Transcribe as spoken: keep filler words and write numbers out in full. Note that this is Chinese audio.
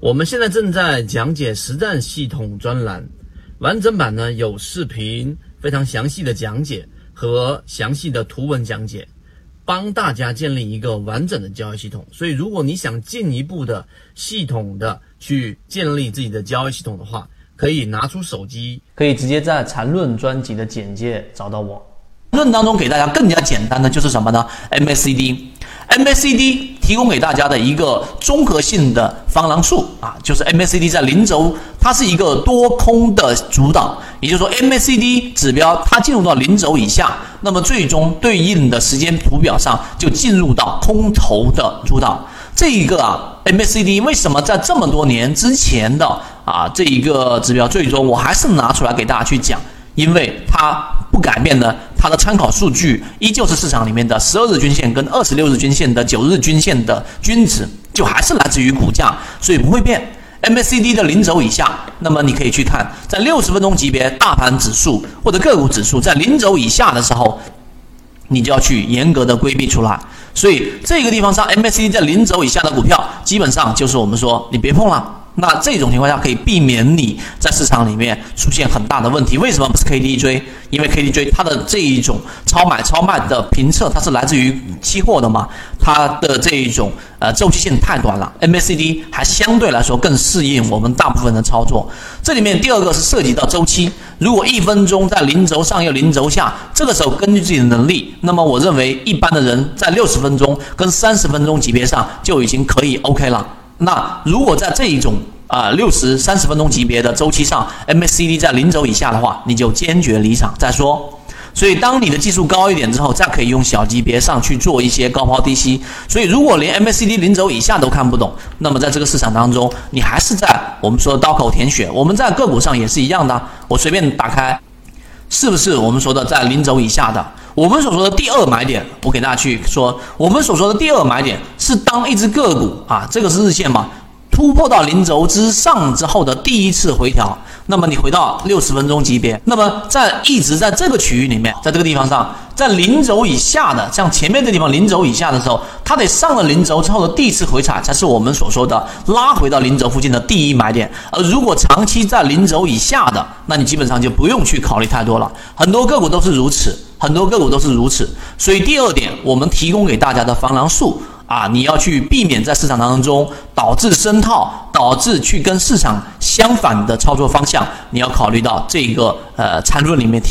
我们现在正在讲解实战系统专栏，完整版呢有视频非常详细的讲解和详细的图文讲解，帮大家建立一个完整的交易系统。所以如果你想进一步的系统的去建立自己的交易系统的话，可以拿出手机， 可以直接在缠论专辑的简介找到我。论当中给大家更加简单的就是什么呢 ？M A C D。M A C D 提供给大家的一个综合性的防狼术啊，就是 M A C D 在零轴它是一个多空的主导，也就是说 M A C D 指标它进入到零轴以下，那么最终对应的时间图表上就进入到空头的主导。这一个啊 M A C D 为什么在这么多年之前的啊这一个指标最终我还是拿出来给大家去讲，因为它不改变的，它的参考数据依旧是市场里面的十二日均线跟二十六日均线的九日均线的均值，就还是来自于股价，所以不会变。M A C D 的零轴以下，那么你可以去看，在六十分钟级别大盘指数或者个股指数在零轴以下的时候，你就要去严格的规避出来。所以这个地方上 M A C D 在零轴以下的股票，基本上就是我们说你别碰了。那这种情况下可以避免你在市场里面出现很大的问题。为什么不是 K D 追？因为 K D 追它的这一种超买超卖的评测，它是来自于期货的嘛，它的这一种呃周期性太短了。M A C D 还相对来说更适应我们大部分的操作。这里面第二个是涉及到周期，如果一分钟在零轴上又零轴下，这个时候根据自己的能力，那么我认为一般的人在六十分钟跟三十分钟级别上就已经可以 OK 了。那如果在这一种啊六十、三十分钟级别的周期上 ，M A C D 在零轴以下的话，你就坚决离场再说。所以当你的技术高一点之后，再可以用小级别上去做一些高抛低吸。所以如果连 M A C D 零轴以下都看不懂，那么在这个市场当中，你还是在我们说的刀口舔血。我们在个股上也是一样的，我随便打开，是不是我们说的在零轴以下的？我们所说的第二买点，我给大家去说，我们所说的第二买点是当一只个股啊，这个是日线嘛，突破到零轴之上之后的第一次回调，那么你回到六十分钟级别，那么在一直在这个区域里面，在这个地方上，在零轴以下的，像前面这地方零轴以下的时候，它得上了零轴之后的第一次回踩，才是我们所说的拉回到零轴附近的第一买点。而如果长期在零轴以下的，那你基本上就不用去考虑太多了。很多个股都是如此，很多个股都是如此。所以第二点，我们提供给大家的防狼术啊，你要去避免在市场当中导致深套，导致去跟市场相反的操作方向，你要考虑到这个呃缠论里面